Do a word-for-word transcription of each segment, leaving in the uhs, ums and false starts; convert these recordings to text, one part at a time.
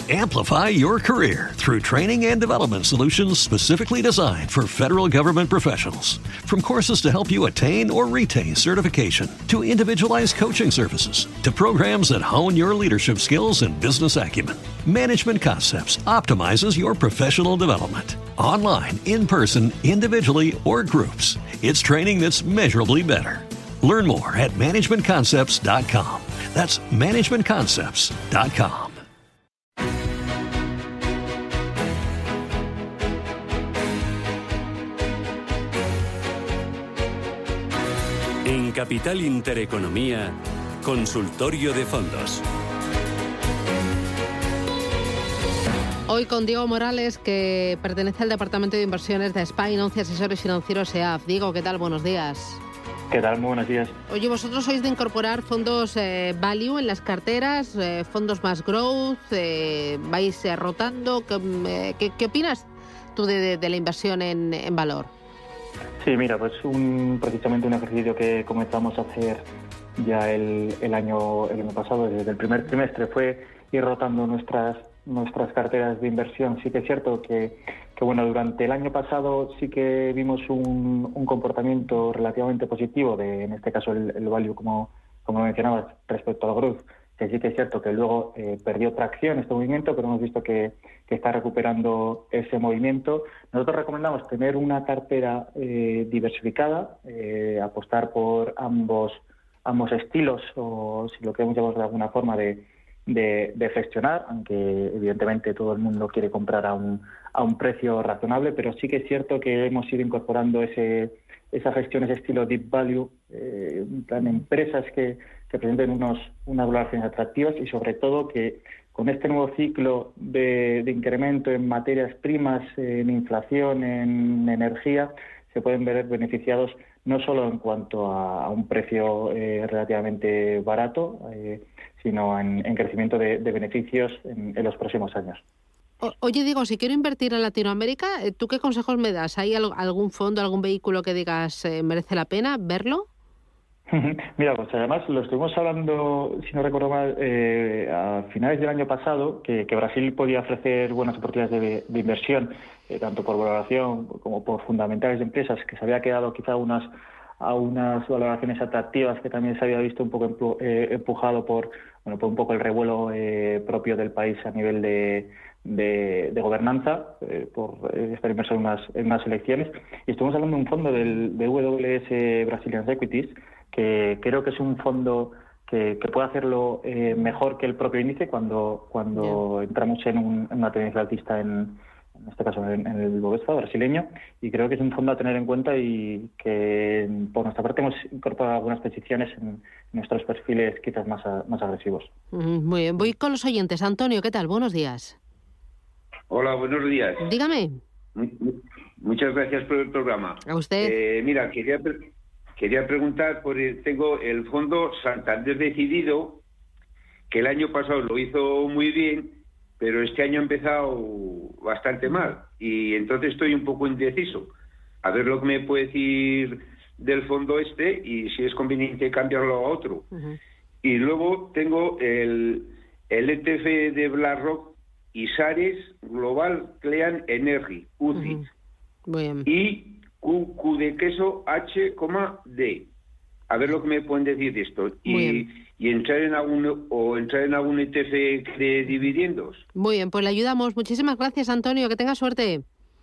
Amplify your career through training and development solutions specifically designed for federal government professionals. From courses to help you attain or retain certification, to individualized coaching services, to programs that hone your leadership skills and business acumen, Management Concepts optimizes your professional development. Online, in person, individually, or groups, it's training that's measurably better. Learn more at management concepts dot com. That's management concepts dot com. En Capital Intereconomía, consultorio de fondos. Hoy con Diego Morales, que pertenece al Departamento de Inversiones de Spain, once Asesores Financieros E A F. Diego, ¿qué tal? Buenos días. ¿Qué tal? Muy buenos días. Oye, vosotros sois de incorporar fondos eh, value en las carteras, eh, fondos más growth, eh, vais eh, rotando. ¿Qué, eh, ¿qué, ¿Qué opinas tú de, de, de la inversión en, en valor? Sí, mira, pues un, precisamente un ejercicio que comenzamos a hacer ya el, el, año, el año pasado, desde el primer trimestre, fue ir rotando nuestras nuestras carteras de inversión. Sí que es cierto que, que bueno, durante el año pasado sí que vimos un, un comportamiento relativamente positivo, de, en este caso el, el value, como, como mencionabas, respecto al growth, que sí que es cierto que luego eh, perdió tracción este movimiento, pero hemos visto que, que está recuperando ese movimiento. Nosotros recomendamos tener una cartera eh, diversificada, eh, apostar por ambos ambos estilos, o si lo queremos llamar de alguna forma, de, de, de gestionar, aunque evidentemente todo el mundo quiere comprar a un, a un precio razonable, pero sí que es cierto que hemos ido incorporando ese esa gestión, ese estilo deep value, eh, en plan empresas que, que presenten unos, unas valoraciones atractivas y sobre todo que con este nuevo ciclo de, de incremento en materias primas, en inflación, en energía, se pueden ver beneficiados no solo en cuanto a, a un precio eh, relativamente barato, eh, sino en, en crecimiento de, de beneficios en, en los próximos años. O, oye, Diego, si quiero invertir en Latinoamérica, ¿tú qué consejos me das? ¿Hay algún fondo, algún vehículo que digas eh, merece la pena verlo? Mira, pues además lo estuvimos hablando, si no recuerdo mal, eh, a finales del año pasado, que, que Brasil podía ofrecer buenas oportunidades de, de inversión, eh, tanto por valoración como por fundamentales de empresas, que se había quedado quizá unas a unas valoraciones atractivas, que también se había visto un poco empu- eh, empujado por bueno por un poco el revuelo eh, propio del país a nivel de de, de gobernanza, eh, por eh, estar inmerso en unas, en unas elecciones. Y estuvimos hablando de un fondo del, de W S Brazilian Equities, que creo que es un fondo que, que puede hacerlo eh, mejor que el propio índice cuando cuando yeah. entramos en, un, en una tendencia altista en, en este caso en, en el Bovespa brasileño, y creo que es un fondo a tener en cuenta y que por nuestra parte hemos incorporado algunas posiciones en nuestros perfiles quizás más, a, más agresivos. Muy bien, voy con los oyentes. Antonio, ¿qué tal? Buenos días. Hola, buenos días. Dígame. Muchas gracias por el programa. A usted. Eh, mira, quería quería preguntar, por el, tengo el fondo Santander Decidido, que el año pasado lo hizo muy bien, pero este año ha empezado bastante mal, y entonces estoy un poco indeciso. A ver lo que me puede decir del fondo este y si es conveniente cambiarlo a otro. Uh-huh. Y luego tengo el, el E T F de BlackRock, Isares Global Clean Energy, U C I, uh-huh. Bien. y Q, Q de queso H, D. A ver lo que me pueden decir de esto. Y, y entrar en algún o entrar en algún E T F de dividendos. Muy bien, pues le ayudamos. Muchísimas gracias, Antonio. Que tenga suerte.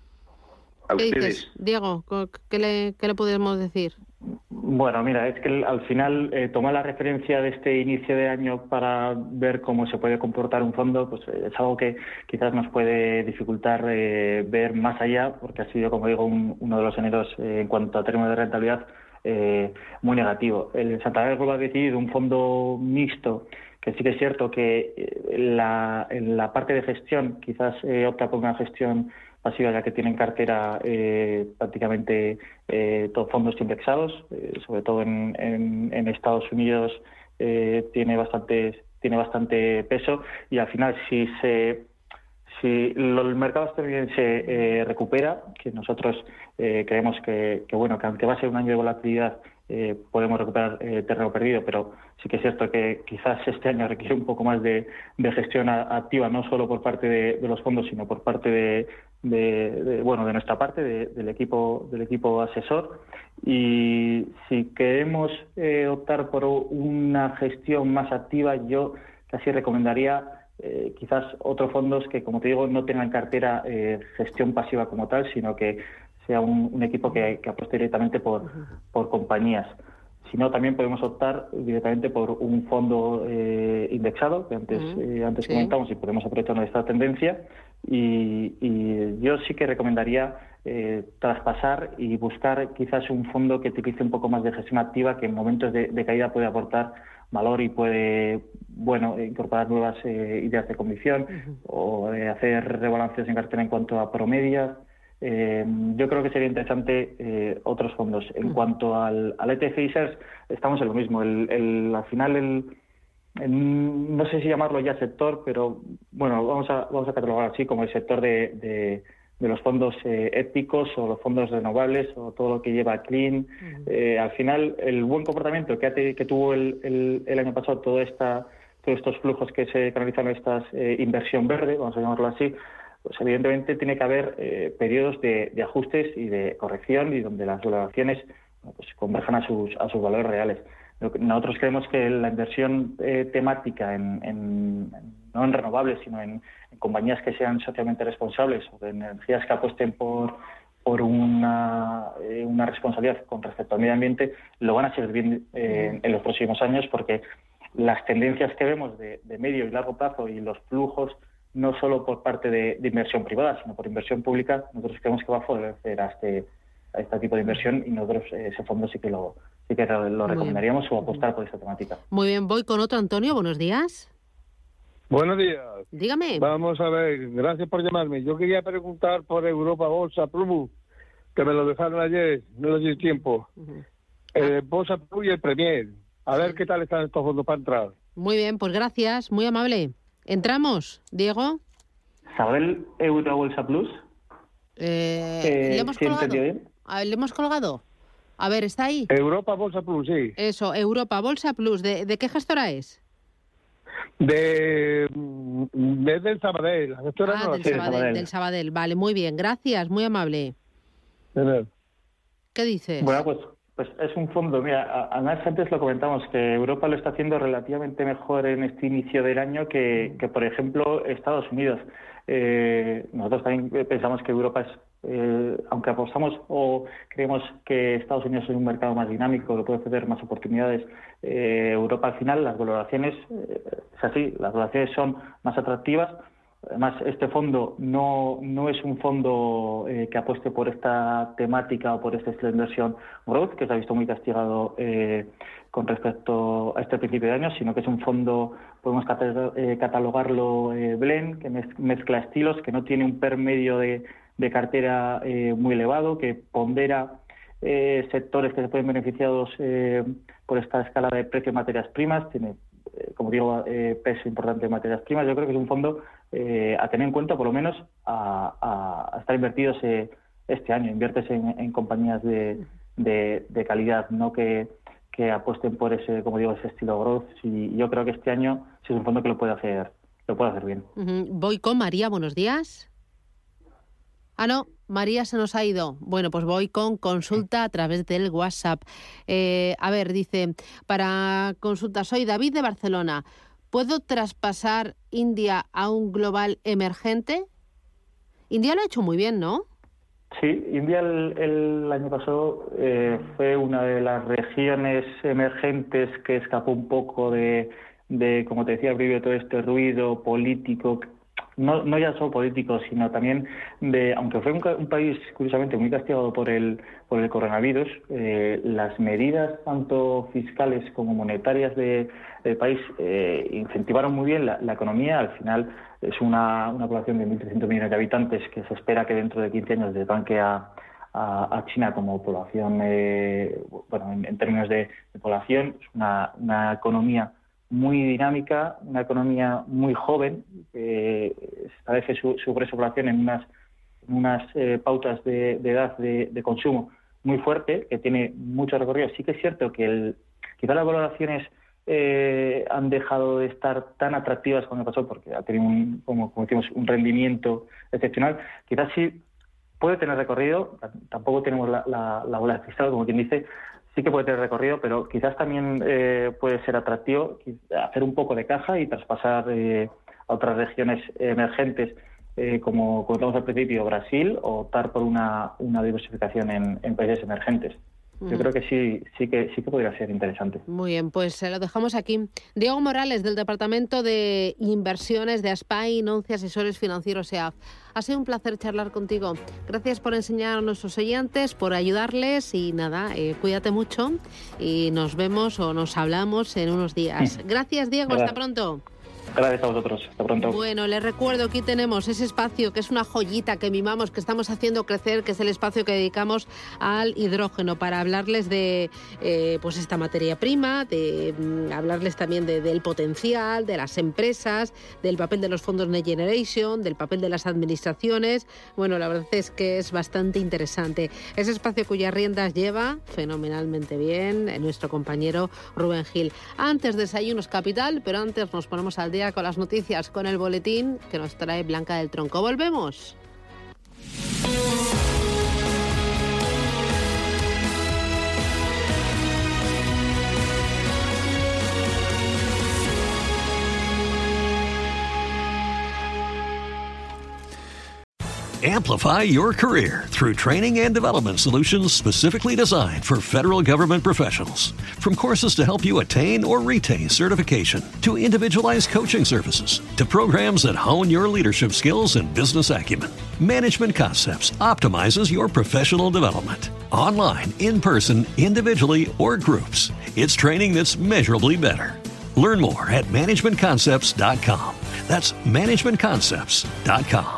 A ¿Qué ustedes. dices, Diego? ¿Qué le, qué le podemos decir? Bueno, mira, es que al final eh, tomar la referencia de este inicio de año para ver cómo se puede comportar un fondo, pues eh, es algo que quizás nos puede dificultar eh, ver más allá, porque ha sido, como digo, un, uno de los enero eh, en cuanto a términos de rentabilidad eh, muy negativo. El Santander Global ha decidido un fondo mixto, que sí que es cierto que eh, la, en la parte de gestión quizás eh, opta por una gestión pasiva, ya que tienen cartera eh, prácticamente eh, todos fondos indexados, eh, sobre todo en, en, en Estados Unidos eh, tiene bastante tiene bastante peso, y al final si se si lo, el mercado estadounidense eh, recupera, que nosotros eh, creemos que, que bueno que aunque va a ser un año de volatilidad, eh, podemos recuperar eh, terreno perdido, pero sí que es cierto que quizás este año requiere un poco más de, de gestión a, activa, no solo por parte de, de los fondos, sino por parte de, de, de bueno de nuestra parte, de, del equipo del equipo asesor. Y si queremos eh, optar por una gestión más activa, yo casi recomendaría eh, quizás otros fondos que, como te digo, no tengan cartera eh, gestión pasiva como tal, sino que sea un, un equipo que, que apueste directamente por, por compañías. Si no, también podemos optar directamente por un fondo eh, indexado, que antes uh-huh. eh, antes sí. comentamos, y podemos aprovechar esta tendencia. Y, y yo sí que recomendaría eh, traspasar y buscar quizás un fondo que utilice un poco más de gestión activa, que en momentos de, de caída puede aportar valor y puede bueno incorporar nuevas eh, ideas de convicción uh-huh. o eh, hacer rebalances en cartera en cuanto a promedias. Eh, yo creo que sería interesante eh, otros fondos. En uh-huh. cuanto al, al E T F I S E R S, estamos en lo mismo. El, el, al final, el, el, no sé si llamarlo ya sector, pero bueno, vamos a vamos a catalogar así como el sector de, de, de los fondos eh, éticos o los fondos renovables o todo lo que lleva a clean. Uh-huh. Eh, al final, el buen comportamiento que, ha, que tuvo el, el, el año pasado, toda esta, todos estos flujos que se canalizaron, esta eh, inversión verde, vamos a llamarlo así, pues evidentemente tiene que haber eh, periodos de, de ajustes y de corrección y donde las valoraciones pues, converjan a sus a sus valores reales. Nosotros creemos que la inversión eh, temática en, en, no en renovables, sino en, en compañías que sean socialmente responsables o de energías que apuesten por por una, eh, una responsabilidad con respecto al medio ambiente, lo van a seguir bien eh, en los próximos años, porque las tendencias que vemos de, de medio y largo plazo y los flujos, no solo por parte de, de inversión privada, sino por inversión pública, nosotros creemos que va a favorecer a este, a este tipo de inversión, y nosotros eh, ese fondo sí que lo, sí que lo recomendaríamos o apostar por esta temática. Muy bien, voy con otro. Antonio, buenos días. Buenos días. Dígame. Vamos a ver, gracias por llamarme. Yo quería preguntar por Europa Bolsa Plus, que me lo dejaron ayer, no les di tiempo. Uh-huh. Eh, Bolsa Plus y el Premier. A ver qué tal están estos fondos para entrar. Muy bien, pues gracias, muy amable. ¿Entramos, Diego? ¿Sabe Euro Bolsa Plus? Eh, eh, ¿Le hemos colgado? A ver, ¿le hemos colgado? A ver, ¿está ahí? Europa Bolsa Plus, sí. Eso, Europa Bolsa Plus. ¿De, de qué gestora es? De, de del Sabadell. La gestora ah, no, del, sí, Sabadell, Sabadell. del Sabadell. Vale, muy bien. Gracias, muy amable. De ¿Qué dices? Bueno, pues... Pues es un fondo, mira, además antes lo comentamos, que Europa lo está haciendo relativamente mejor en este inicio del año que, que por ejemplo, Estados Unidos. Eh, nosotros también pensamos que Europa es, eh, aunque apostamos o creemos que Estados Unidos es un mercado más dinámico, que puede ofrecer más oportunidades, eh, Europa al final, las valoraciones, eh, es así, las valoraciones son más atractivas. Además, este fondo no, no es un fondo eh, que apueste por esta temática o por este estilo de inversión growth, que se ha visto muy castigado eh, con respecto a este principio de año, sino que es un fondo, podemos catalogarlo eh, blend, que mezcla estilos, que no tiene un P E R medio de, de cartera eh, muy elevado, que pondera eh, sectores que se pueden beneficiados eh, por esta escala de precios de materias primas, tiene, eh, como digo, eh, peso importante en materias primas. Yo creo que es un fondo Eh, a tener en cuenta, por lo menos a, a, a estar invertidos eh, este año. Inviertes en, en compañías de, de, de calidad, no que, que apuesten por ese, como digo, ese estilo growth. Y yo creo que este año sí es un fondo que lo puede hacer, lo puede hacer bien. Uh-huh. Voy con María, buenos días. Ah, no, María se nos ha ido. Bueno, pues voy con consulta a través del WhatsApp. Eh, a ver, dice, para consulta, soy David de Barcelona. ¿Puedo traspasar India a un global emergente? India lo ha hecho muy bien, ¿no? Sí, India el, el año pasado eh, fue una de las regiones emergentes que escapó un poco de, de como te decía, de todo este ruido político, no, no ya solo político, sino también de, aunque fue un, un país curiosamente muy castigado por el por el coronavirus, eh, las medidas tanto fiscales como monetarias de, del país eh, incentivaron muy bien la, la economía. Al final es una, una población de mil trescientos millones de habitantes que se espera que dentro de quince años desbanque a, a, a China como población, eh, bueno, en, en términos de, de población. Es una, una economía muy dinámica, una economía muy joven, que establece su, su población en unas, unas eh, pautas de, de edad de, de consumo muy fuerte, que tiene mucho recorrido. Sí que es cierto que el, quizá las valoraciones eh, han dejado de estar tan atractivas como pasó, porque ha tenido un, como, como decimos, un rendimiento excepcional. Quizás sí puede tener recorrido, tampoco tenemos la, la, la bola de cristal, como quien dice, sí que puede tener recorrido, pero quizás también eh, puede ser atractivo hacer un poco de caja y traspasar eh, a otras regiones emergentes, eh, como comentamos al principio, Brasil, o optar por una, una diversificación en, en países emergentes. Yo creo que sí, sí que sí que podría ser interesante. Muy bien, pues se lo dejamos aquí. Diego Morales, del Departamento de Inversiones de Aspain, once Asesores Financieros E A F. Ha sido un placer charlar contigo. Gracias por enseñar a nuestros oyentes, por ayudarles y nada, eh, cuídate mucho y nos vemos o nos hablamos en unos días. Gracias, Diego. Gracias. Hasta pronto. Gracias a vosotros. Hasta pronto. Bueno, les recuerdo, aquí tenemos ese espacio que es una joyita que mimamos, que estamos haciendo crecer, que es el espacio que dedicamos al hidrógeno, para hablarles de eh, pues esta materia prima, de mm, hablarles también de, del potencial, de las empresas, del papel de los fondos Next Generation, del papel de las administraciones. Bueno, la verdad es que es bastante interesante. Ese espacio cuyas riendas lleva fenomenalmente bien nuestro compañero Rubén Gil. Antes Desayunos Capital, pero antes nos ponemos al día con las noticias, con el boletín que nos trae Blanca del Tronco. Volvemos. Amplify your career through training and development solutions specifically designed for federal government professionals. From courses to help you attain or retain certification, to individualized coaching services, to programs that hone your leadership skills and business acumen, Management Concepts optimizes your professional development. Online, in person, individually, or groups, it's training that's measurably better. Learn more at management concepts dot com. That's management concepts dot com.